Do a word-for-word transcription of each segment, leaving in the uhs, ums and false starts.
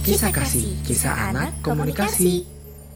Kisah Kasih, Kisah Anak Komunikasi.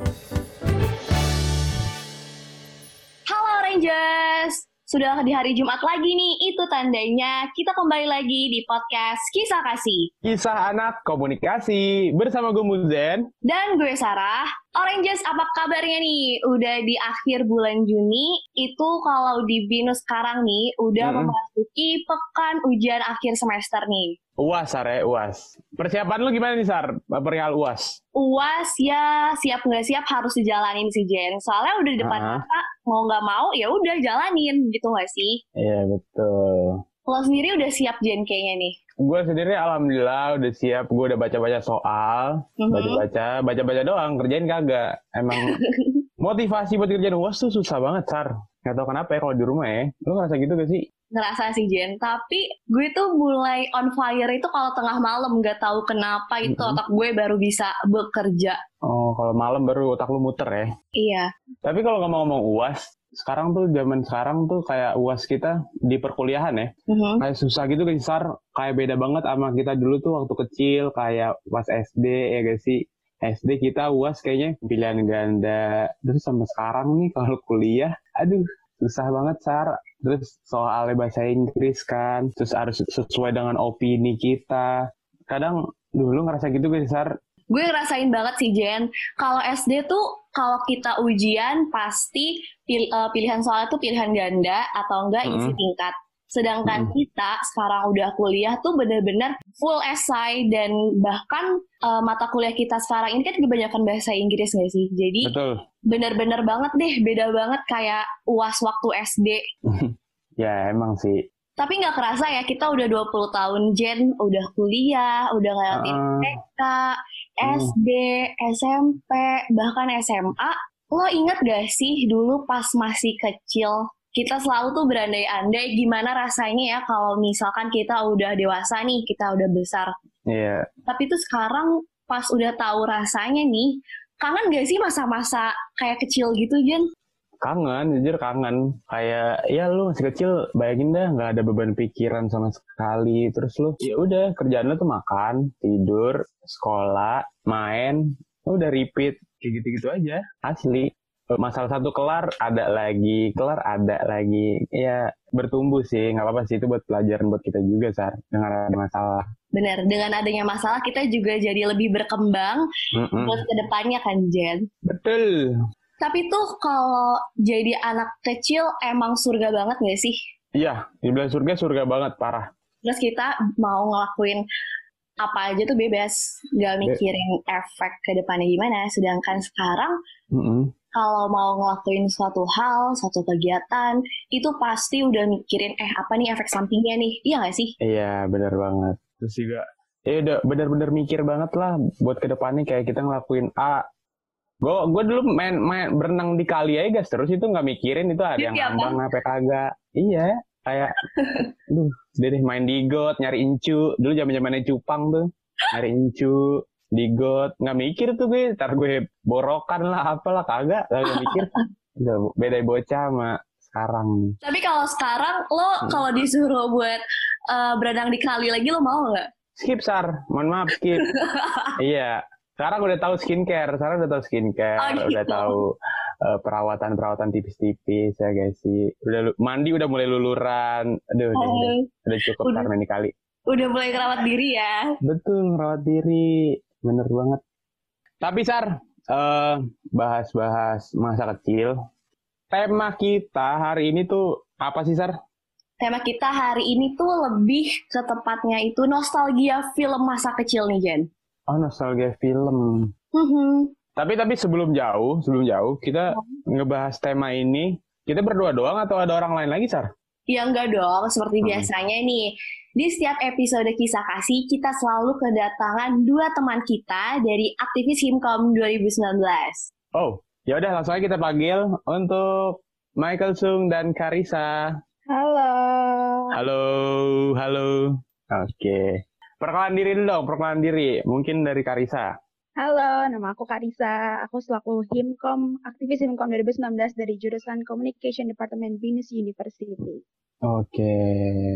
Halo Rangers, sudah di hari Jumat lagi nih, itu tandanya kita kembali lagi di podcast Kisah Kasih. Kisah Anak Komunikasi bersama gue Muzen dan gue Sarah. Oranges, apa kabarnya nih? Udah di akhir bulan Juni, itu kalau di Binus sekarang nih, udah hmm. memasuki pekan ujian akhir semester nih. U A S, Sar ya, U A S. Persiapan lu gimana nih, Sar? Perihal U A S? U A S ya, siap nggak siap harus dijalanin sih, Jen. Soalnya udah di depan mata, mau nggak mau, ya udah jalanin, gitu nggak sih? Iya, betul. Lo sendiri udah siap, Jen, kayaknya nih? Gue sendiri alhamdulillah udah siap. Gue udah baca-baca soal, mm-hmm. baca-baca, baca-baca doang, kerjain kagak. Emang motivasi buat kerjain U A S tuh susah banget, Sar. Gak tau kenapa ya kalau di rumah ya. Lu ngerasa gitu gak sih? Ngerasa sih, Jen. Tapi gue tuh mulai on fire itu kalau tengah malam. Gak tahu kenapa itu mm-hmm. otak gue baru bisa bekerja. Oh, kalau malam baru otak lu muter ya? Iya. Tapi kalau ngomong-ngomong U A S, sekarang tuh zaman sekarang tuh kayak U A S kita di perkuliahan ya, uh-huh. kayak susah gitu guys, Sar. Kayak beda banget sama kita dulu tuh waktu kecil, kayak pas S D ya guys sih. S D kita U A S kayaknya pilihan ganda. Terus sampai sekarang nih kalau kuliah, aduh susah banget, Sar. Terus soalnya bahasa Inggris kan, terus harus sesuai dengan opini kita. Kadang dulu ngerasa gitu guys, Sar. Gue ngerasain banget sih, Jen. Kalau S D tuh, kalau kita ujian, pasti pil- uh, pilihan soalnya tuh pilihan ganda, atau enggak isi mm-hmm. tingkat. Sedangkan mm-hmm. kita sekarang udah kuliah tuh bener-bener full essay, dan bahkan uh, mata kuliah kita sekarang ini kan kebanyakan bahasa Inggris nggak sih? Jadi Betul. bener-bener banget deh, beda banget kayak U A S waktu S D. Ya, emang sih. Tapi nggak kerasa ya, kita udah dua puluh tahun, Jen, udah kuliah, udah ngelewatin uh, T K, S D, uh. S M P, bahkan S M A. Lo inget gak sih dulu pas masih kecil, kita selalu tuh berandai-andai gimana rasanya ya kalau misalkan kita udah dewasa nih, kita udah besar. Iya. Yeah. Tapi tuh sekarang pas udah tahu rasanya nih, kangen gak sih masa-masa kayak kecil gitu, Jen? Kangen, jujur kangen. Kayak ya lu masih kecil, bayangin dah nggak ada beban pikiran sama sekali. Terus lu ya udah kerjaan lu tuh makan, tidur, sekolah, main, udah repeat kayak gitu-gitu aja. Asli. Masalah satu kelar, ada lagi, kelar ada lagi. Ya bertumbuh sih, nggak apa-apa sih, itu buat pelajaran buat kita juga, Sar. Dengan ada masalah. Benar, dengan adanya masalah kita juga jadi lebih berkembang Mm-mm. buat kedepannya kan, Jen? Betul. Tapi tuh kalau jadi anak kecil emang surga banget gak sih? Iya, dibilang surga, surga banget, parah. Terus kita mau ngelakuin apa aja tuh bebas, gak mikirin Be- efek ke depannya gimana. Sedangkan sekarang, mm-hmm. kalau mau ngelakuin suatu hal, suatu kegiatan, itu pasti udah mikirin, eh apa nih efek sampingnya nih, iya gak sih? Iya, benar banget. Terus juga, ya udah benar-benar mikir banget lah buat ke depannya, kayak kita ngelakuin A. Gue gue dulu main main berenang di kali aja guys, terus itu nggak mikirin itu ada yang ngambang apa kagak. Iya, kayak, duh, deh main di got, nyari incu. Dulu zaman zamannya cupang tuh, nyari incu di got, nggak mikir tuh gue, ntar gue borokan lah, apalah kagak, nggak mikir. Beda bocah sama sekarang. Tapi kalau sekarang lo hmm. kalau disuruh buat uh, berenang di kali lagi, lo mau nggak? Skip, Sar, mohon maaf, skip. Iya. Sekarang udah tahu skincare, sekarang udah tahu skincare, oh, gitu. Udah tahu uh, perawatan-perawatan tipis-tipis ya guys sih. Udah mandi udah mulai luluran, aduh, oh, udah, udah cukup udah, karena ini kali. Udah mulai ngerawat diri ya? Betul, ngerawat diri, bener banget. Tapi Sar, uh, bahas-bahas masa kecil. Tema kita hari ini tuh apa sih, Sar? Tema kita hari ini tuh lebih ke tepatnya itu nostalgia film masa kecil nih, Jen. Oh, nostalgia film. Mm-hmm. Tapi tapi sebelum jauh, sebelum jauh kita mm-hmm. ngebahas tema ini, kita berdua doang atau ada orang lain lagi, Sar? Ya enggak dong, seperti hmm. biasanya nih. Di setiap episode Kisah Kasih, kita selalu kedatangan dua teman kita dari aktivis Himkom dua ribu sembilan belas. Oh, ya udah langsung aja kita panggil untuk Michael Sung dan Karissa. Halo. Halo, halo. Oke. Okay. Perkenalan diri dulu dong, perkenalan diri. Mungkin dari Karissa. Halo, nama aku Karissa. Aku selaku Himkom, aktivis Himkom dua ribu sembilan belas dari jurusan Communication Department Binus University. Oke.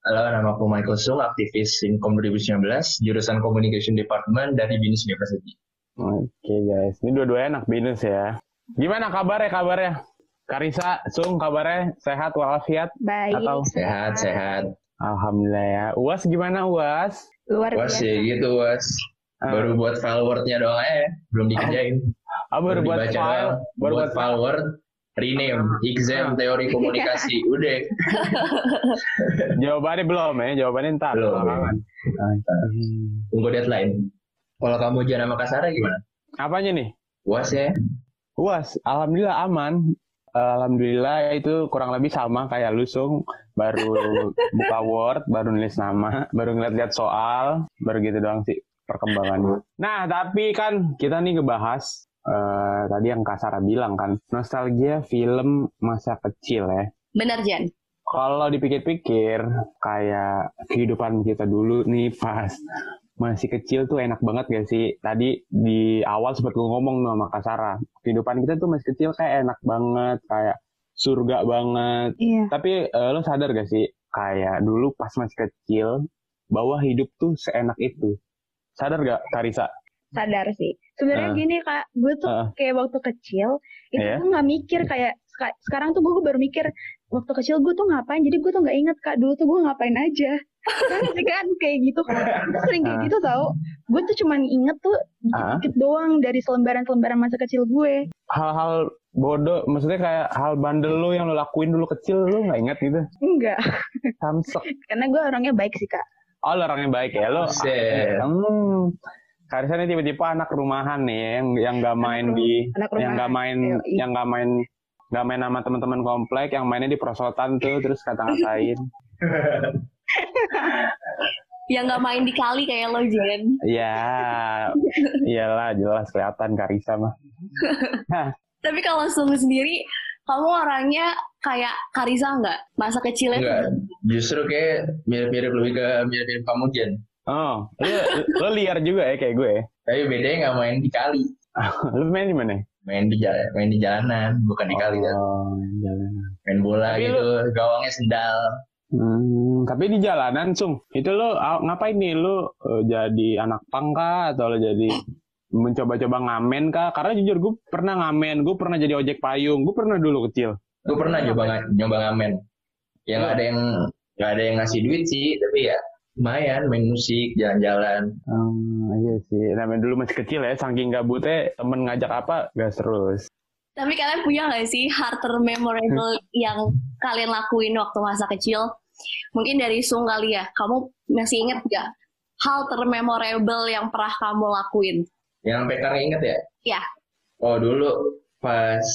Halo, nama aku Michael Sung, aktivis Simkom dua ribu sembilan belas, jurusan Communication Department dari Binus University. Oke okay, guys, ini dua-duanya anak Binus ya. Gimana kabarnya kabarnya? Karisa, Sung, kabarnya sehat walafiat? Baik. Atau sehat, sehat. Alhamdulillah ya. Uas gimana Uas? Luar Was biasa. ya gitu, Was. Baru buat file Word-nya doang aja, belum dikerjain. Ah, baru, baru buat dibaca file, doang. baru buat buat file Word, rename, exam, teori komunikasi, udah. Jawabannya belum ya, jawabannya ntar. Belum. Belakangan. Tunggu deadline. Kalau kamu ujian sama Kasara gimana? Apanya nih? Was ya? Uas, alhamdulillah aman. Alhamdulillah itu kurang lebih sama kayak lu Sung. Baru buka Word, baru nulis nama, baru ngeliat-liat soal, baru gitu doang sih perkembangannya. Nah, tapi kan kita nih ngebahas uh, tadi yang Kak Sarah bilang kan, nostalgia film masa kecil ya. Bener, Jan. Kalau dipikir-pikir, kayak kehidupan kita dulu nih pas masih kecil tuh enak banget gak sih? Tadi di awal sempat gue ngomong sama Kak Sarah, kehidupan kita tuh masih kecil kayak enak banget, kayak surga banget. Iya. Tapi uh, lo sadar gak sih, kayak dulu pas masih kecil, bahwa hidup tuh seenak itu. Sadar gak, Karisa? Sadar sih. Sebenarnya Uh. gini Kak, gue tuh Uh. kayak waktu kecil, itu Iya. gue nggak mikir kayak, seka- sekarang tuh gue baru mikir, waktu kecil gue tuh ngapain, jadi gue tuh nggak inget Kak, dulu tuh gue ngapain aja. Kan sih kan, kayak gitu kan. Gue sering kayak Uh. gitu tau. Gue tuh cuman inget tuh dikit-dikit doang dari selembaran-selembaran masa kecil gue. Hal-hal bodoh, maksudnya kayak hal bandel lo yang lo lakuin dulu kecil, lo nggak ingat gitu? Enggak, Samsek. karena gue orangnya baik sih Kak. Oh, lo orangnya baik ya lo. Buset. Hmm. Karisa nih tiba-tiba anak rumahan nih yang yang nggak main Anak di, anak yang nggak rumahan. main, Yoi. yang nggak main, nggak main sama teman-teman komplek, yang mainnya di perosotan tuh, terus kata-katain. Yang nggak main di kali kayak lo, Jan. Ya, iyalah jelas kelihatan Karisa mah. Tapi kalau Sung sendiri, kamu orangnya kayak Karisa nggak? Masa kecilnya Enggak, tuh? justru kayak mirip-mirip lebih ke mirip-mirip kamu, Jen. Oh, lo, lo liar juga ya kayak gue. Tapi bedanya nggak main di kali, Lo main di mana? main di jalan, main di jalanan, bukan di kali. kan. Oh, jalan. Main bola Tapi gitu, gawangnya sendal. Hmm, tapi di jalanan, Sung, itu lo ah, ngapain nih? Lo eh, jadi anak pang kah? Atau lo jadi mencoba-coba ngamen kah? Karena jujur gue pernah ngamen, gue pernah jadi ojek payung, gue pernah dulu kecil. Gue pernah nyoba nga- nyoba ngamen. Yang Iya. ada yang nggak ada yang ngasih duit sih, tapi ya lumayan main musik, jalan-jalan. Hmm, iya sih, namanya dulu masih kecil ya, saking gabutnya temen ngajak apa, gas terus. Tapi kalian punya nggak sih hal termemorable yang kalian lakuin waktu masa kecil? Mungkin dari Sung kali ya, kamu masih inget nggak hal termemorable yang pernah kamu lakuin? Yang sampai sekarang inget ya? Ya. Oh dulu pas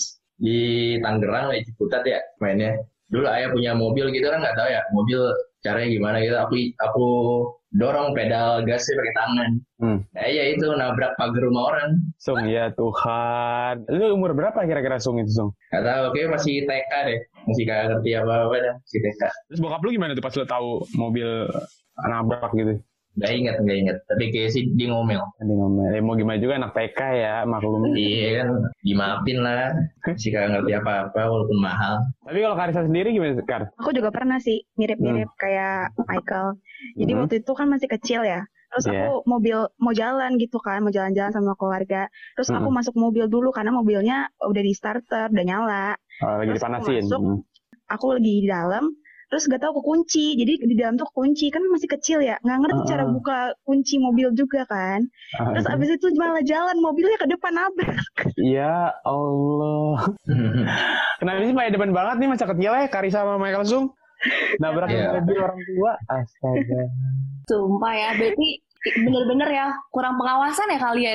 di Tangerang, di Ciputat ya mainnya. Dulu ayah punya mobil gitu kan, nggak tahu ya mobil caranya gimana gitu. Aku aku dorong pedal gasnya pakai tangan. Hmm. Nah iya itu nabrak pagar rumah orang. Sung, ya Tuhan. Lu umur berapa kira-kira Sung itu, Sung? Nggak tahu, kayak masih T K deh, masih kagak ngerti apa-apa dah, masih T K. Terus bokap lu gimana tuh pas lu tahu mobil nabrak gitu? Nggak inget, nggak inget. Tapi kayak sih dia ngomel. Tadi ngomel, eh, mau gimana juga anak T K ya, maklum. Iya kan, dimaafin lah. Masih kagak ngerti apa-apa walaupun mahal. Tapi kalau Karisa sendiri gimana, Kar? Aku juga pernah sih mirip-mirip kayak Michael. Jadi Hmm. waktu itu kan masih kecil ya. Terus Iya. aku mobil mau jalan gitu kan, mau jalan-jalan sama keluarga. Terus aku Mm-mm. masuk mobil dulu karena mobilnya udah di starter, udah nyala. Oh, lagi Terus aku dipanasin. masuk. Hmm. Aku lagi di dalam, terus gak tahu kekunci. Jadi di dalam tuh kekunci, kan masih kecil ya, nggak ngerti Uh-uh. cara buka kunci mobil juga kan. Ah, Terus abis itu malah jalan, mobilnya ke depan nabrak. Ya Allah. Kenapa sih Pak depan banget nih masa kecilnya Karisa sama Michael Sung? Nabrakin Iya. mobil orang tua. Astaga. Sumpah ya, berarti bener-bener ya kurang pengawasan ya kalian.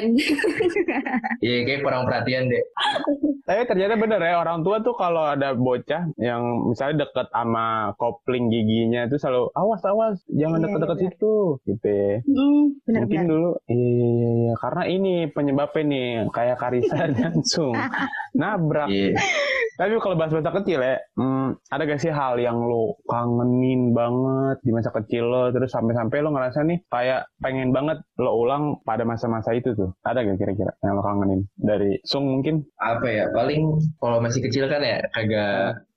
Iya kayak kurang perhatian deh. Tapi ternyata bener ya, orang tua tuh kalau ada bocah yang misalnya deket sama kopling giginya tuh selalu awas awas jangan Iya, deket-deket bener. situ gitu ya. Hmm, Mungkin Benar-benar. dulu iya iya iya iya. Karena ini penyebabnya nih kayak Karisa dan Sung nabrak. Iya. Tapi kalau bahas masa kecil ya, hmm, ada gak sih hal yang lo kangenin banget di masa kecil lo, terus sampai-sampai lo ngerasa nih kayak pengen banget lo ulang pada masa-masa itu tuh? Ada gak kira-kira yang lo kangenin? Dari Sung mungkin? Apa ya, paling kalau masih kecil kan ya kagak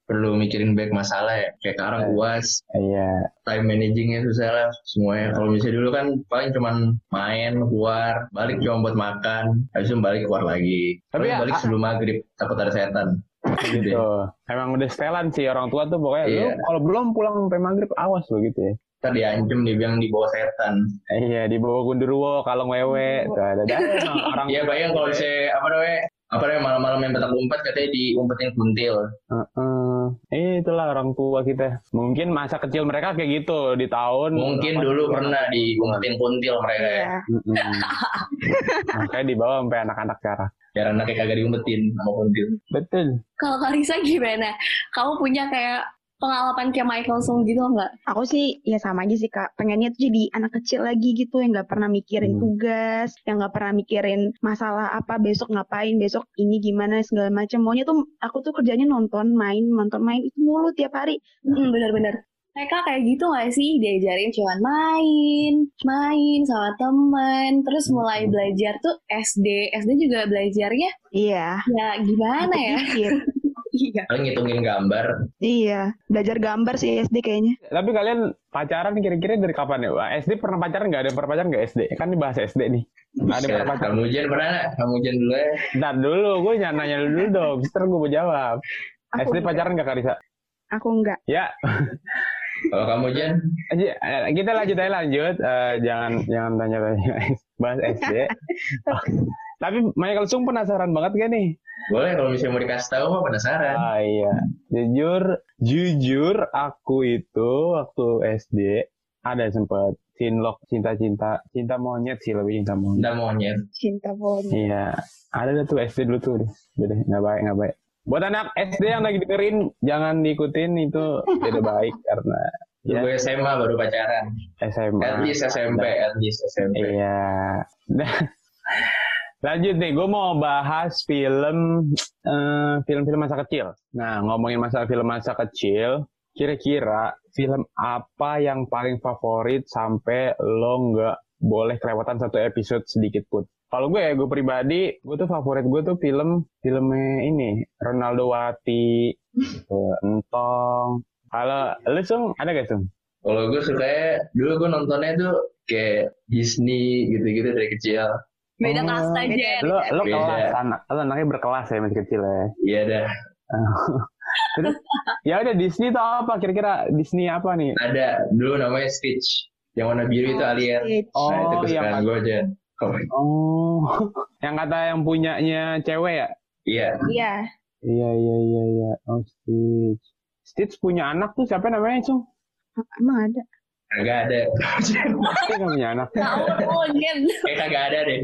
perlu mikirin banyak masalah ya. Kayak sekarang Eh. U A S, Iya. time managingnya susah lah semuanya. Kalau misalnya dulu kan paling cuman main, keluar, balik cuma buat makan, habis itu balik keluar lagi. Tapi Paling ya, balik ah- sebelum maghrib, takut ada setan. Gitu ya. Gitu. Emang udah setelan sih orang tua tuh pokoknya. Iya. Lu kalau belum pulang sampai maghrib awas lo gitu ya. Ntar diancam, dibilang dibawa setan. Eh, Iya, di bawah gundurwo, kalung wewe, tuh ada ada orang. Iya bayang kalau saya apa namanya apa namanya malam-malam main petak umpet katanya diumpetin kuntil. Heeh. Eh, itulah orang tua kita. Mungkin masa kecil mereka kayak gitu di tahun. Mungkin dulu pernah diumpetin kuntil mereka ya. Iya. Mm-mm. Makanya dibawa sampai anak-anak sekarang. Biar anaknya kagak diumpetin sama kuntil. Betul. Kalau Karisa gimana? Kamu punya kayak pengalaman kayak Michael Sung gitu nggak? Aku sih ya sama aja sih Kak. Pengennya tuh jadi anak kecil lagi gitu yang nggak pernah mikirin Hmm. tugas, yang nggak pernah mikirin masalah apa besok ngapain, besok ini gimana segala macam. Maunya tuh aku tuh kerjanya nonton, main, nonton, main itu mulu tiap hari. Hmm, bener-bener. Mereka kayak gitu nggak sih? Diajarin cuman main, main sama temen. Terus mulai belajar tuh S D. S D juga belajarnya Iya. ya gimana ya? Pikir. Iya. Paling ngitungin gambar. Iya. Belajar gambar sih S D kayaknya. Tapi kalian pacaran kira-kira dari kapan ya? Wah, S D pernah pacaran nggak? Ada yang pernah pacaran nggak S D? Kan dibahas S D nih. Ada yang pernah pacaran? Kamu Jen pernah nggak? Kamu Jen dulu ya. Ntar dulu, gue nanya dulu dong. Setelah gue mau jawab. Aku S D enggak. pacaran nggak Karisa? Aku enggak. Ya, Kalau kamu Jen, aja, eh, kita lanjut aja lanjut. Eh, jangan jangan tanya-tanya bahas S D. Tapi Michael Sung penasaran banget gak nih? boleh kalau misalnya mau dikasih tahu mah penasaran. Ah iya, jujur, jujur aku itu waktu S D ada sempet cinlok, cinta-cinta, cinta monyet sih lebih cinta monyet. Cinta monyet. Cinta monyet. Iya, ada dah tuh S D dulu tuh, udah nggak baik nggak baik. Buat anak S D yang lagi dengerin, jangan diikutin itu tidak baik karena Dulu ya gue S M A baru pacaran. S M A. At least S M P, at least S M P. Iya. Nah, lanjut nih, gue mau bahas film eh, film-film masa kecil. Nah, ngomongin masalah film masa kecil, kira-kira film apa yang paling favorit sampai lo nggak boleh kelewatan satu episode sedikit pun? Kalau gue ya, gue pribadi, gue tuh favorit gue tuh film filmnya ini Ronaldo Wati, tuh, Entong. Kalau lu Sung, ada gak Sung? Kalau gue sukanya, dulu gue nontonnya tuh kayak Disney gitu-gitu dari kecil. Beda Oh, kasta aja. Lo lo Beda. kelas anak, lo anaknya berkelas ya masih kecil ya. Iya dah. Terus, ya udah Disney tuh apa? Kira-kira Disney apa nih? Ada, dulu namanya Stitch. Yang warna biru itu alien. Oh, Nah, itu yang kesukaan gue aja. Oh, yang kata yang punyanya cewek ya? Iya. Iya. Iya iya iya iya. Oh Stitch. Stitch punya anak tuh siapa namanya Cung? Emang ada. Kagak ada. Dia nggak punya anak. Tahu, Jen. Kayak kagak ada deh.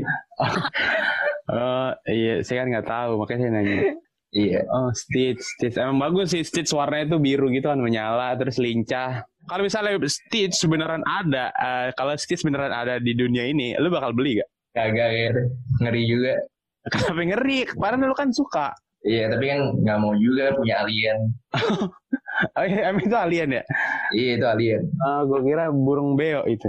Oh iya, saya kan nggak tahu makanya saya nanya. Iya. Oh Stitch, Stitch emang bagus sih Stitch warnanya itu biru gitu kan menyala terus lincah. Kalau misalnya Stitch beneran ada, eh, kalau Stitch beneran ada di dunia ini, lu bakal beli gak? Kagak gitu. Ngeri juga. Kenapa ngeri? Kemarin lu kan suka. Iya, tapi kan nggak mau juga punya alien. Oh iya, emang itu alien ya? Iya, itu alien. Oh, gue kira burung beo itu.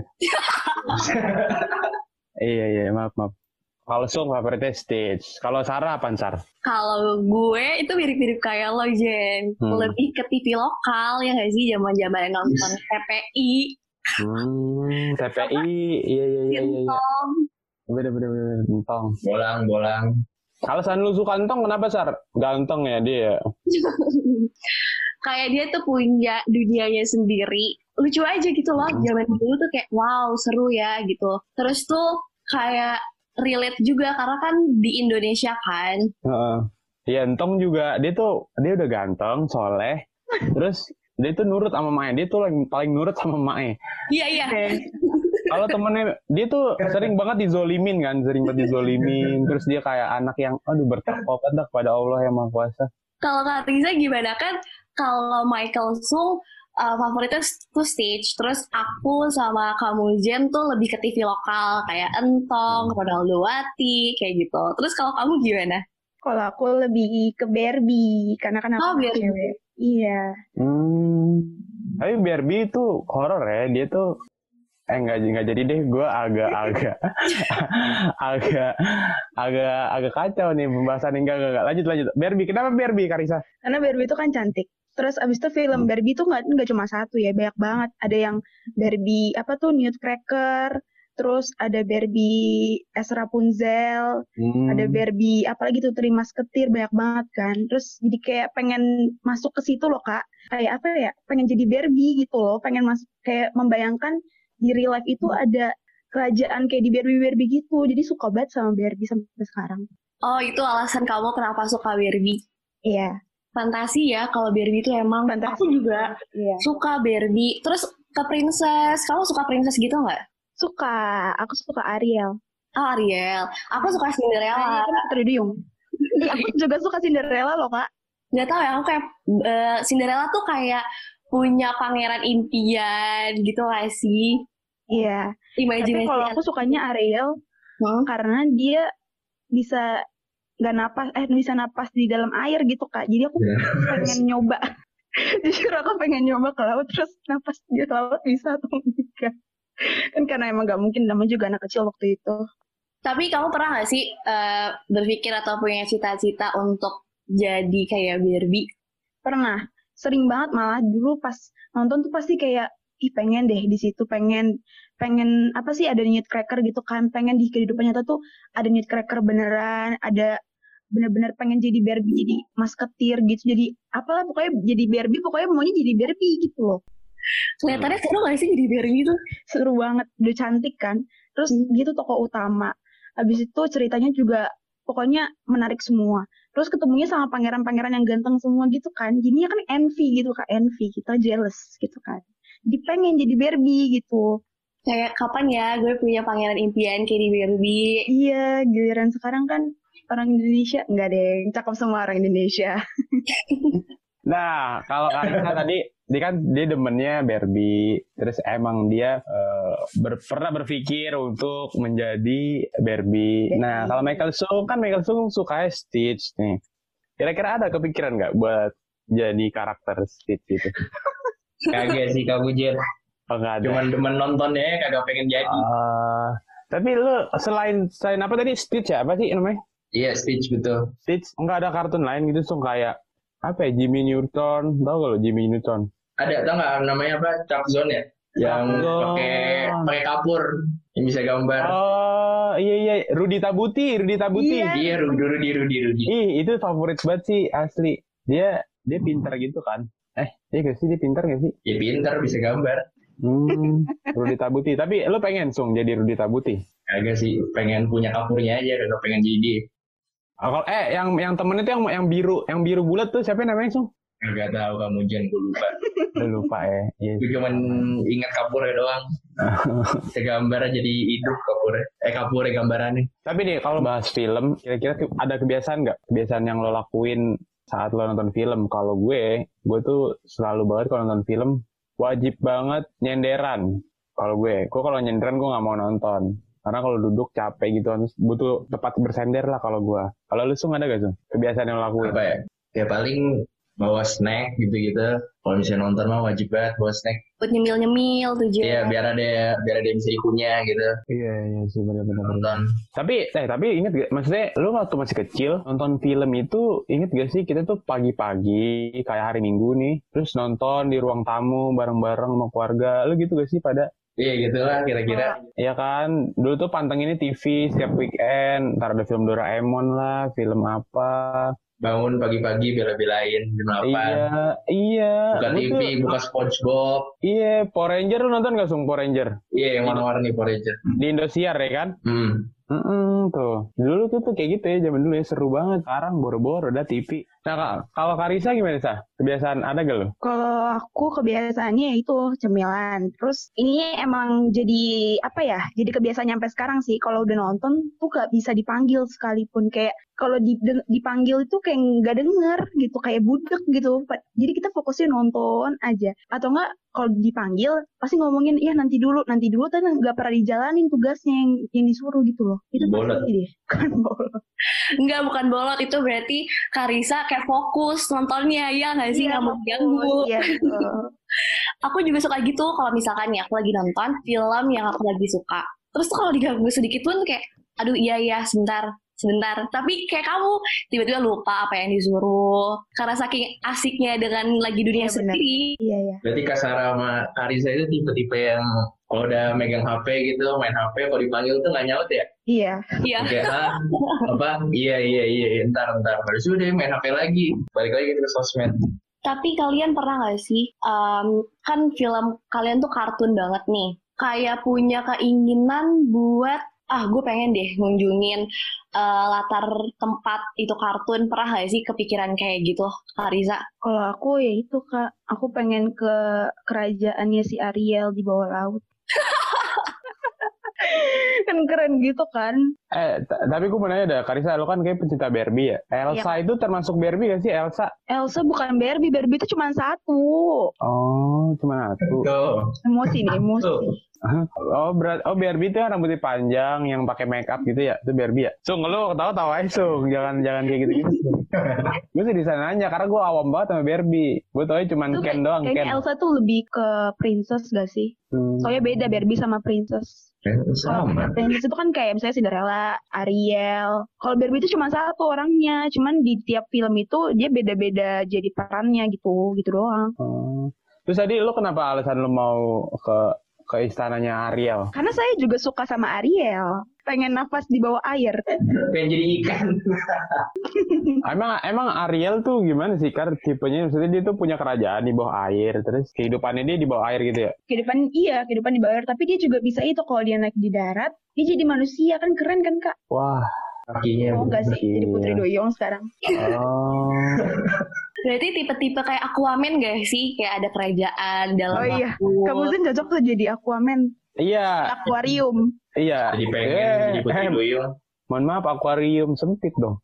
Iya iya maaf maaf. Kalau Sung favoritnya Stitch. Kalau Sarah apa Sar? Kalau gue itu mirip-mirip kayak lo, Jen. Hmm. Lebih ke T V lokal, ya nggak sih? Zaman-zaman nonton T P I, Hmm, T P I, iya iya iya iya. iya. Gentong. Bener bener bener. Entong. Bolang, bolang. Alasan lu suka Entong kenapa Sar? Ganteng ya dia. Kayak dia tuh punya dunianya sendiri. Lucu aja gitu loh. Zaman dulu tuh kayak wow seru ya gitu. Terus tuh kayak relate juga karena kan di Indonesia kan. Heeh. Iya Entong juga dia tuh dia udah ganteng, soleh. Terus dia tuh nurut sama Mae. Dia tuh paling paling nurut sama Mae. Iya iya. Kalau temennya dia tuh sering banget dizolimin kan, sering banget dizolimin. Terus dia kayak anak yang aduh bertakwa kepada Allah yang Maha Kuasa. Kalau Kak Riza gimana kan? Kalau Michael Sung uh, favoritnya tuh Stitch, terus aku sama kamu Jen tuh lebih ke T V lokal kayak Entong, Ronaldo Wati kayak gitu. Terus kalau kamu gimana? Kalau aku lebih ke Barbie karena kan aku Oh, Barbie. cewek. Iya. Hmm. Tapi Barbie itu horor ya, dia tuh eh nggak nggak jadi deh, gue agak-agak agak agak agak kacau nih pembahasan. Enggak enggak enggak lanjut lanjut. Barbie, kenapa Barbie Karisa? Karena Barbie itu kan cantik. Terus abis itu film Barbie tuh nggak nggak cuma satu ya, banyak banget. Ada yang Barbie apa tuh Nutcracker, terus ada Barbie es Rapunzel, Hmm. ada Barbie apalagi tuh Three Musketeer, banyak banget kan. Terus jadi kayak pengen masuk ke situ loh Kak. Kayak apa ya? Pengen jadi Barbie gitu loh. Pengen masuk kayak membayangkan di real life itu ada kerajaan kayak di Barbie-Barbie gitu. Jadi suka banget sama Barbie sampai sekarang. Oh, itu alasan kamu kenapa suka Barbie. Iya. Fantasi ya, kalau Barbie itu emang. Fantasi. Aku juga Iya. suka Barbie. Terus ke princess, kamu suka princess gitu nggak? Suka. Aku suka Ariel. Oh, Ariel. Aku suka Nah, Cinderella. kan Putri Duyung. Aku juga suka Cinderella loh Kak. Nggak tahu ya, aku kayak eh, Cinderella tuh kayak punya pangeran impian gitu nggak sih? Iya. Tapi Imajinasi. kalau aku sukanya Ariel Hmm? karena dia bisa nggak napas, eh bisa napas di dalam air gitu Kak. Jadi aku pengen nyoba. Jujur aku pengen nyoba ke laut terus napas di laut bisa atau enggak. Kan karena emang nggak mungkin, namanya juga anak kecil waktu itu. Tapi kamu pernah nggak sih eh, berpikir atau punya cita-cita untuk jadi kayak Barbie? Pernah, sering banget malah dulu pas nonton tuh pasti kayak ih pengen deh di situ, pengen pengen apa sih ada Nutcracker gitu kan, pengen di kehidupan nyata tuh ada Nutcracker beneran, ada bener-bener pengen jadi Barbie, jadi musketeer gitu, jadi apalah pokoknya jadi Barbie, pokoknya maunya jadi Barbie gitu loh. Kelihatannya seru nggak sih jadi Barbie tuh? Seru banget, udah cantik kan, terus gitu tokoh utama, habis itu ceritanya juga pokoknya menarik semua, terus ketemunya sama pangeran-pangeran yang ganteng semua gitu kan, jadinya kan envy gitu Kak, envy, kita jealous gitu kan, jadi pengen jadi Barbie gitu. Kayak kapan ya gue punya pangeran impian kayak di Barbie? Iya, giliran sekarang kan orang Indonesia enggak deh, cakep semua orang Indonesia. Nah, kalau Karisa tadi, dia kan dia demennya Barbie, terus emang dia uh, ber, pernah berpikir untuk menjadi Barbie. Nah, kalau Michael Sung kan Michael Sung suka Stitch nih. Kira-kira ada kepikiran nggak buat jadi karakter Stitch itu? Kagak sih kamu Jen. Oh, nggak ada. Cuman demen nontonnya, kagak pengen jadi. Uh, tapi lu selain selain apa tadi Stitch ya? Apa sih namanya? Iya, Stitch betul. Stitch nggak ada kartun lain gitu Sung kayak apa ya, Jimmy Neutron, tahu gak lo Jimmy Neutron? Ada, tau nggak namanya apa? Chuck Zone ya? Yang Zone. pakai pakai kapur, yang bisa gambar. Oh iya iya, Rudy Tabuti, Rudy Tabuti. Iya. Iya, Rudi, Rudi, Rudi, Rudi. Ih itu favorit banget sih asli. Dia dia pintar gitu kan? Eh iya gak sih dia pintar gak sih? Ya pintar, bisa gambar. Hmm, Rudy Tabuti. Tapi lo pengen Sung jadi Rudy Tabuti? Kagak sih, pengen punya kapurnya aja, kagak pengen jadi. Oh, kalau eh yang yang temen itu yang yang biru, yang biru bulat tuh siapa namanya Sung? Kagak tahu kamu Jen, gue lupa. Udah lupa ya. Iya. Gue cuman ingat kapurnya doang. Bisa gambar jadi hidup kapurnya. Eh kapurnya gambarannya. Tapi nih kalau bahas film, kira-kira ke- ada kebiasaan nggak? Kebiasaan yang lo lakuin saat lo nonton film? Kalau gue, gue tuh selalu banget kalau nonton film wajib banget nyenderan. Kalau gue, gue kalau nyenderan gue nggak mau nonton. Karena kalau duduk capek gitu, terus butuh tempat bersender lah kalau gue. Kalau lu Sung ada gak Sung? Kebiasaan yang lo lakuin? Apa ya? Ya paling bawa snack gitu-gitu. Kalau misalnya nonton mah wajib banget bawa snack. Buat nyemil-nyemil tuh Jen. Iya, biar ada biar ada yang bisa dikunyah gitu. Iya iya sih benar-benar. Nonton. Tapi eh tapi inget gak? Maksudnya lu waktu masih kecil nonton film itu inget gak sih kita tuh pagi-pagi kayak hari Minggu nih, terus nonton di ruang tamu bareng-bareng sama keluarga. Lu gitu gak sih pada? Iya gitu lah kira-kira. Iya kan, dulu tuh pantengin T V setiap weekend, ntar ada film Doraemon lah, film apa. Bangun pagi-pagi bela-belain jam delapan. Iya, iya. Buka Gua T V, tuh- buka SpongeBob. Iya, Power Ranger lu nonton gak Sung Power Ranger? Iya, yang warna-warni Power Ranger. Di Indosiar ya kan? Hmm. Mm tuh. Dulu tuh, tuh kayak gitu ya, zaman dulu ya seru banget. Sekarang boro-boro udah T V. Nah, Kak, kalau Karisa gimana, Sa? Kebiasaan ada gak lo? Kalau aku kebiasaannya itu cemilan. Terus ini emang jadi apa ya? Jadi kebiasaan sampai sekarang sih. Kalau udah nonton tuh gak bisa dipanggil sekalipun. Kayak kalau di- dipanggil itu kayak nggak denger gitu, kayak budek gitu. Pa- Jadi kita fokusnya nonton aja. Atau enggak kalau dipanggil pasti ngomongin iya nanti dulu, nanti dulu, tapi nggak pernah dijalanin tugasnya yang yang disuruh gitu loh. Itu Bolot. pasti deh. Kan bolot. Enggak, bukan bolot. Itu berarti Karisa kayak fokus nontonnya, ya nggak sih? Iya, Nggak mau fokus. ganggu. Iya, betul. Aku juga suka gitu kalau misalkan nih aku lagi nonton film yang aku lagi suka. Terus tuh kalau diganggu sedikit pun kayak, aduh iya iya sebentar. sebentar. Tapi kayak kamu tiba-tiba lupa apa yang disuruh karena saking asiknya dengan lagi dunia Iya, benar. sendiri. Iya ya. Berarti Kak Sarah sama Karisa itu tipe-tipe yang kalau udah megang H P gitu, main H P, kalau dipanggil tuh nggak nyaut ya? Iya. Iya. Kayak, ah, apa? Iya, iya, iya, ntar, ntar. Habis itu dia main H P lagi. Balik lagi ke sosmed. Tapi kalian pernah nggak sih, um, kan film kalian tuh kartun banget nih, kayak punya keinginan buat, ah gue pengen deh ngunjungin uh, latar tempat itu kartun, pernah nggak sih kepikiran kayak gitu, Kak Riza? Kalau aku ya itu Kak, aku pengen ke kerajaannya si Ariel di bawah laut. Kan keren gitu kan. Eh, t- tapi gue mau nanya dah, Karisa, lo kan kayak pencinta Barbie ya? Elsa itu termasuk Barbie gak sih, Elsa? Elsa bukan Barbie, Barbie itu cuma satu. Oh, cuma satu. Tuh. Emosi nih, emosi. Tuh. Oh, berat. Oh, Barbie itu yang rambutnya panjang, yang pakai make up gitu ya? Itu Barbie ya? Sung, lo ketawa-tawa aja, Sung. Jangan jangan kayak gitu-gitu. Gue sih di sana nanya, karena gue awam banget sama Barbie. Gue tau cuma Itu Ken kayak- doang, Kayaknya Ken. Elsa tuh lebih ke princess gak sih? Hmm. Soalnya beda Barbie sama princess. Sama. Princess itu kan kayak misalnya Cinderella, Ariel. Kalau Barbie itu cuma satu orangnya, cuman di tiap film itu dia beda-beda jadi perannya gitu, gitu doang. Oh. Terus tadi lo kenapa alasan lo mau ke ke istananya Ariel? Karena saya juga suka sama Ariel, pengen nafas di bawah air. Pengen jadi ikan. Emang emang Ariel tuh gimana sih, Kar? Tipenya maksudnya dia tuh punya kerajaan di bawah air, terus kehidupannya dia di bawah air gitu ya? Kehidupan iya, kehidupan di bawah air, tapi dia juga bisa itu kalau dia naik di darat, dia jadi manusia, kan keren kan Kak? Wah. Kakinya. Oh enggak sih, jadi Putri Iya. Doyong sekarang. Oh. Berarti tipe-tipe kayak Aquaman gak sih? Kayak ada kerajaan dalam Oh iya, laut. kamu sih cocok tuh jadi Aquaman, Iya, akuarium. iya. Jadi pengen Eh, jadi Putri eh, Duyung. mohon maaf, akuarium sempit dong.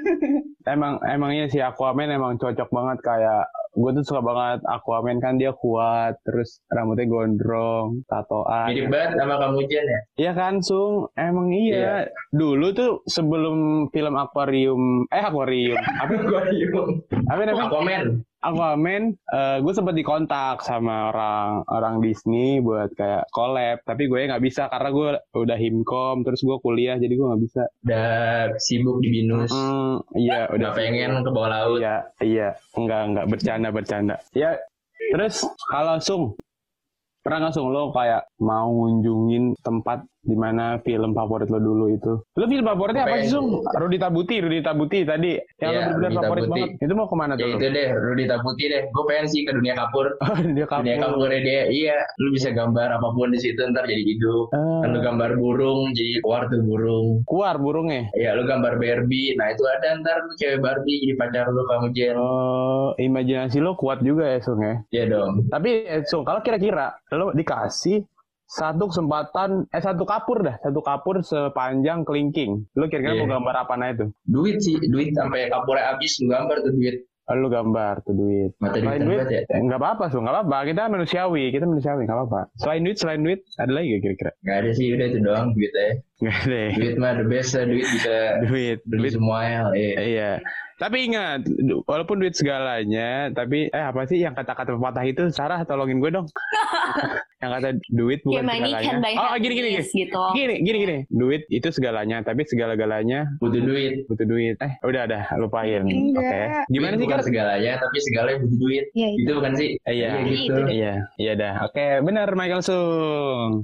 emang emangnya si Aquaman emang cocok banget, kayak gue tuh suka banget Aquaman, kan dia kuat, terus rambutnya gondrong, tatoan. Mirip banget sama kamu Jen ya? Iya kan, Sung? Emang iya. Dulu tuh sebelum film Aquarium, eh Aquarium, apa Aquarium. apa namanya? Aquaman. Aquaman, eh, gue sempat dikontak sama orang orang Disney buat kayak collab, tapi gue nggak bisa karena gue udah himkom, terus gue kuliah, jadi gue nggak bisa. Udah sibuk di binus. Hmm, iya, udah Udah pengen ke bawah laut. Iya, iya, enggak enggak bercanda bercanda. Ya, terus kalau Sung, pernah nggak Sung lo kayak mau ngunjungin tempat di mana film favorit lo dulu itu? Lo film favoritnya apa sih, Sung? Rudita Buti, Rudita Buti tadi yang Iya, lo benar Rudita favorit Buti. banget. Itu mau kemana Ya tuh? lo? itu deh, Rudita Putih deh. Gue pengen sih ke dunia kapur. Oh, dia kapur. Dunia kapurnya dia, iya. Lu bisa gambar apapun di situ, ntar jadi hidup. Eh, Kan lu gambar burung, jadi keluar tuh burung. keluar burungnya. Ya lu gambar Barbie, nah itu ada ntar lu cewek Barbie jadi pacar lu, kamu Jen. Oh, imajinasi lo kuat juga ya, Sung ya. Iya dong. Tapi eh, Sung, kalau kira-kira lo dikasih satu kesempatan, eh satu kapur dah, satu kapur sepanjang kelingking, lo kira-kira Iya. mau gambar apa nah itu? Duit sih, duit sampai kapurnya habis, lu gambar tuh duit. Oh, lo gambar tuh duit. Mata Selain duitan duit, banget ya. eh, nggak apa-apa, Sung, nggak apa-apa. Kita manusiawi, kita manusiawi, nggak apa-apa. Selain duit, selain duit, ada lagi gak kira-kira? Nggak ada sih, udah itu doang duit aja. Nggak ada. ya? Duit mah the best lah, duit bisa Duit, beli duit. semua ya. Iya. Iya. Tapi ingat, du- walaupun duit segalanya, tapi eh apa sih yang kata-kata pepatah itu? Sarah, tolongin gue dong. Yang kata duit Ya bukan money segalanya. can buy Oh, gini gini gini. happiness gitu. Gini gini gini. Duit itu segalanya, tapi segala-galanya Butuh duit. butuh duit. Eh, udah dah, lupain. Oke. Enggak. Gimana Duit sih, bukan Kar? segalanya, tapi segalanya butuh duit. Ya itu. Itu bukan sih? Eh, Iya. Iya gitu. Itu. Iya, iya dah. Oke, benar Michael Sung.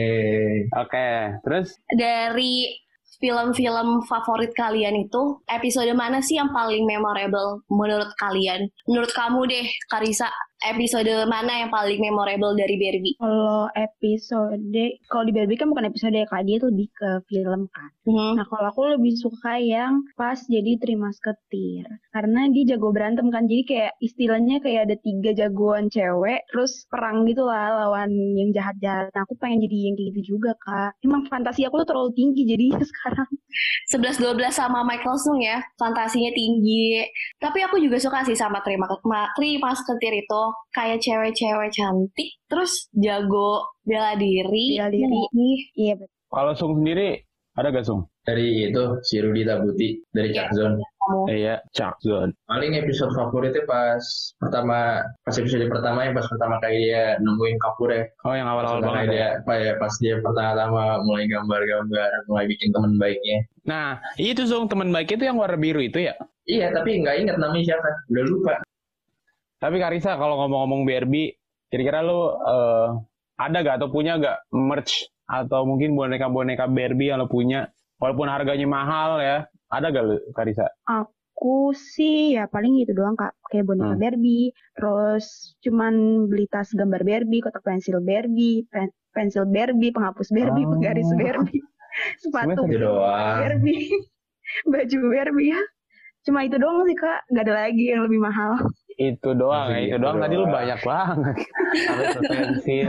Ore. Oke, terus Dari film-film favorit kalian itu, episode mana sih yang paling memorable menurut kalian? Menurut kamu deh, Karisa, episode mana yang paling memorable dari Barbie? Kalau episode, kalau di Barbie kan bukan episode ya Kak, dia tuh lebih ke film kan. Hmm. Nah kalau aku lebih suka yang pas jadi Trimasketir, karena dia jago berantem kan, jadi kayak istilahnya kayak ada tiga jagoan cewek, terus perang gitu lah lawan yang jahat-jahat. Nah aku pengen jadi yang kayak gitu juga Kak. Emang fantasi aku tuh terlalu tinggi jadinya sekarang. sebelas dua belas sama Michael Sung ya, fantasinya tinggi. Tapi aku juga suka sih sama Tri Musketeer itu, kayak cewek-cewek cantik, terus jago bela diri. Bela diri. Ih, Iya betul. kalau Sung sendiri Ada gak Sung? Dari itu si Rudy Tabuti dari Iya. Chuck Zone. Iya, Chuck Zone. Paling episode favoritnya pas pertama, pas episode pertama yang pas pertama kali dia nemuin kapur ya. Oh, yang awal-awal Pas banget dia, ya. apa ya, pas dia pertama-tama mulai gambar-gambar, mulai bikin teman baiknya. Nah, itu Sung, teman baik itu yang warna biru itu ya? Iya, tapi nggak ingat namanya siapa, udah lupa. Tapi Karissa, kalau ngomong-ngomong B R B, kira-kira lu eh, ada gak atau punya gak merch atau mungkin boneka-boneka B R B yang lo punya? Walaupun harganya mahal ya, ada gak lu Karissa? Aku sih ya paling gitu doang Kak, kayak boneka Hmm. Barbie, terus cuman beli tas gambar Barbie, kotak pensil Barbie, pen- pensil Barbie, penghapus Barbie, Oh. penggaris Barbie, sepatu Sebenarnya Itu doang. Barbie, baju Barbie ya. Cuma itu doang sih Kak, nggak ada lagi yang lebih mahal. Itu doang, Masih ya, itu gitu doang. Tadi lu doang. banyak banget. Sampai ke pensil.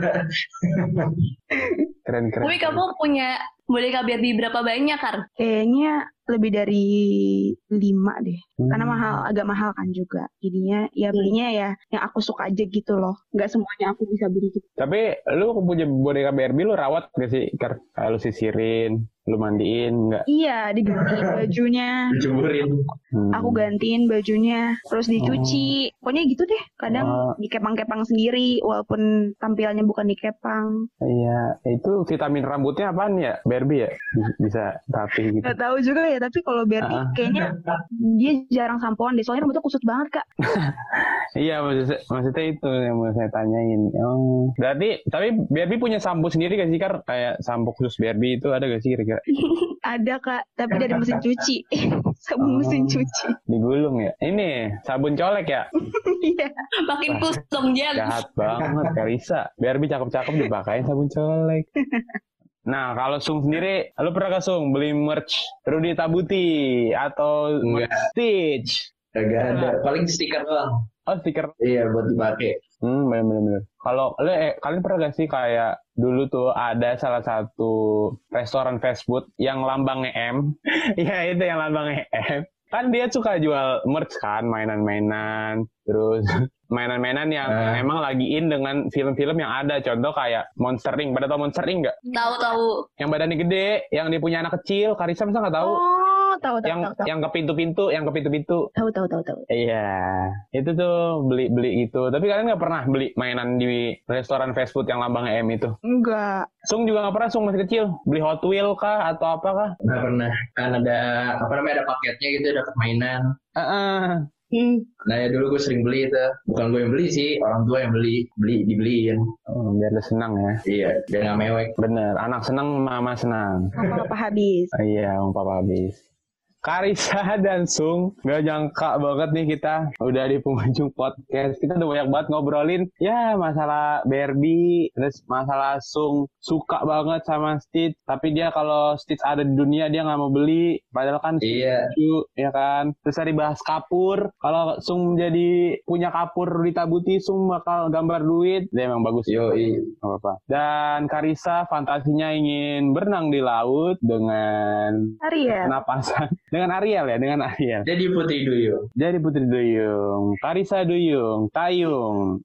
Keren-keren. Tapi kamu punya boneka Barbie berapa banyak, Kar? Kayaknya lebih dari lima deh, Hmm. karena mahal, agak mahal kan juga. Jadinya ya belinya ya yang aku suka aja gitu loh, nggak semuanya aku bisa beli gitu. Tapi lu punya boneka B R B lu rawat gak sih? Kar? Kayak lu sisirin, lu mandiin enggak? Iya, digantiin bajunya. Diceburin. Hmm. Aku gantiin bajunya, terus dicuci. Pokoknya gitu deh. Kadang Oh. dikepang-kepang sendiri, walaupun tampilannya bukan dikepang. Iya, itu vitamin rambutnya apaan ya? B R B ya? Bisa rapi gitu. Gak tahu juga ya, tapi kalau Barbie Ah. kayaknya dia jarang sampoan deh. Soalnya rambutnya kusut banget, Kak. Iya, maksudnya, maksudnya itu yang mau saya tanyain. Oh. Berarti, tapi B R B punya sampo sendiri gak sih, Kar? Kayak sampo khusus B R B itu ada gak sih kira-kira? Ada, Kak, tapi dari mesin cuci. Sabun Oh. mesin cuci. Digulung ya? Ini, sabun colek ya? Iya. Makin kusum Jan. Jahat banget, Karissa. B R B cakep-cakep dipakai sabun colek. Nah, kalau Sung sendiri, lu pernah gak Sung beli merch Rudy Tabuti atau Enggak. Stitch? Kagak ada. Paling stiker doang. Oh, stiker. Iya, buat dipakai. Hmm, bener-bener. Kalau lu, eh, kalian pernah gak sih kayak dulu tuh ada salah satu restoran fast food yang lambangnya M? Iya, itu yang lambangnya M. Kan dia suka jual merch kan, mainan-mainan, terus mainan-mainan yang Ah. emang lagi in dengan film-film yang ada. Contoh kayak Monster Inc. Pada tau Monster Inc. nggak? Tahu-tahu. Yang badannya gede, yang dia punya anak kecil. Karissa masa nggak tahu? Oh, tahu tahu yang tahu tahu. yang ke pintu-pintu, yang ke pintu-pintu. Tahu tahu tahu tahu. Iya, itu tuh beli-beli gitu. Tapi kalian nggak pernah beli mainan di restoran fast food yang lambangnya M itu? Enggak. Sung juga nggak pernah, Sung masih kecil. Beli Hot Wheel kah atau apa kah? Nggak pernah. Kan ada, apa namanya, ada paketnya gitu, ada permainan. Heeh. Hmm. Nah ya dulu gue sering beli itu. Bukan gue yang beli sih, orang tua yang beli. Beli, dibeliin. Oh, biar lu senang ya. Iya, biar nggak mewek. Bener, anak senang, mama senang. Apa-apa habis. Oh, iya, om papa habis. Karissa dan Sung, gak nyangka banget nih kita udah di penghujung podcast. Kita udah banyak banget ngobrolin ya masalah Barbie, terus masalah Sung suka banget sama Stitch, tapi dia kalau Stitch ada di dunia dia nggak mau beli, padahal kan Stitch Iya. lucu, ya kan. Terus tadi bahas kapur, kalau Sung jadi punya kapur ditabuti, Sung bakal gambar duit, dia emang bagus. Yoi. Gak apa-apa. Dan Karissa fantasinya ingin berenang di laut dengan Ariel. napasan. Dengan Ariel ya, dengan Ariel. Jadi Putri Duyung. Jadi Putri Duyung, Karissa Duyung, Tayung.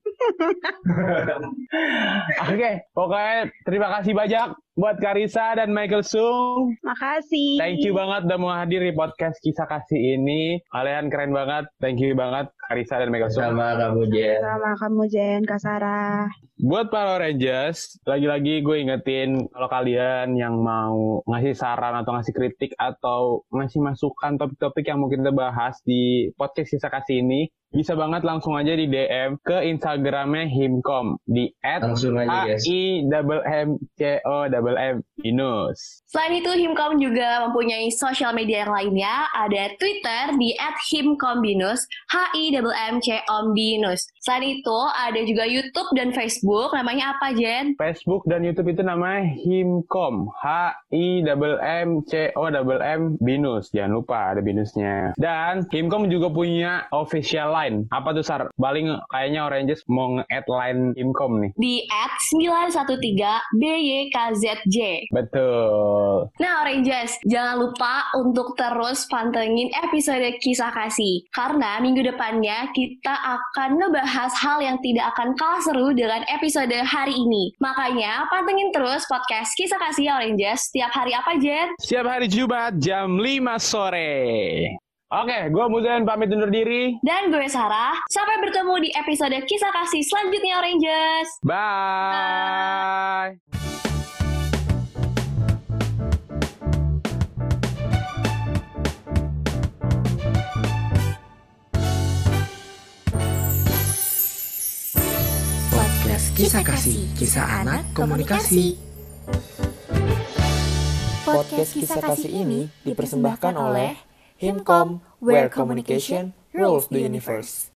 Oke, pokoknya terima kasih banyak buat Karissa dan Michael Sung. Makasih. Thank you banget udah mau hadir di podcast Kisah Kasih ini. Kalian keren banget. Thank you banget Karissa dan Michael Sung. Sama kamu, Jen. Sama kamu Jen, Kak Sarah. Buat para Rangers, lagi-lagi gue ingetin kalau kalian yang mau ngasih saran atau ngasih kritik atau ngasih masukan topik-topik yang mau kita bahas di podcast Kisah Kasih ini, bisa banget langsung aja di D M ke Instagramnya Himkom di at Langsung aja, A guys. I M C O M M Binus. Selain itu, Himkom juga mempunyai sosial media yang lainnya. Ada Twitter di at himkombinus, H I M M C O M Binus. Selain itu, ada juga YouTube dan Facebook. Namanya apa, Jen? Facebook dan YouTube itu namanya Himkom, H I M M C O M M Binus. Jangan lupa ada binusnya. Dan Himkom juga punya official line. Apa tuh Sar? Paling kayaknya Oranges mau nge-add line Himkom nih. Di at sembilan satu tiga B Y K Z J. Betul. Nah Oranges, jangan lupa untuk terus pantengin episode Kisah Kasih. Karena minggu depannya kita akan ngebahas hal yang tidak akan kalah seru dengan episode hari ini. Makanya pantengin terus podcast Kisah Kasih Oranges setiap hari apa Jen? Setiap hari Jumat jam lima sore. Oke, gue Muzan pamit undur diri. Dan gue Sarah. Sampai bertemu di episode Kisah Kasih selanjutnya Oranges. Bye. Podcast Kisah Kasih, kisah anak komunikasi. Podcast Kisah Kasih ini dipersembahkan oleh Himkom, where communication rules the universe.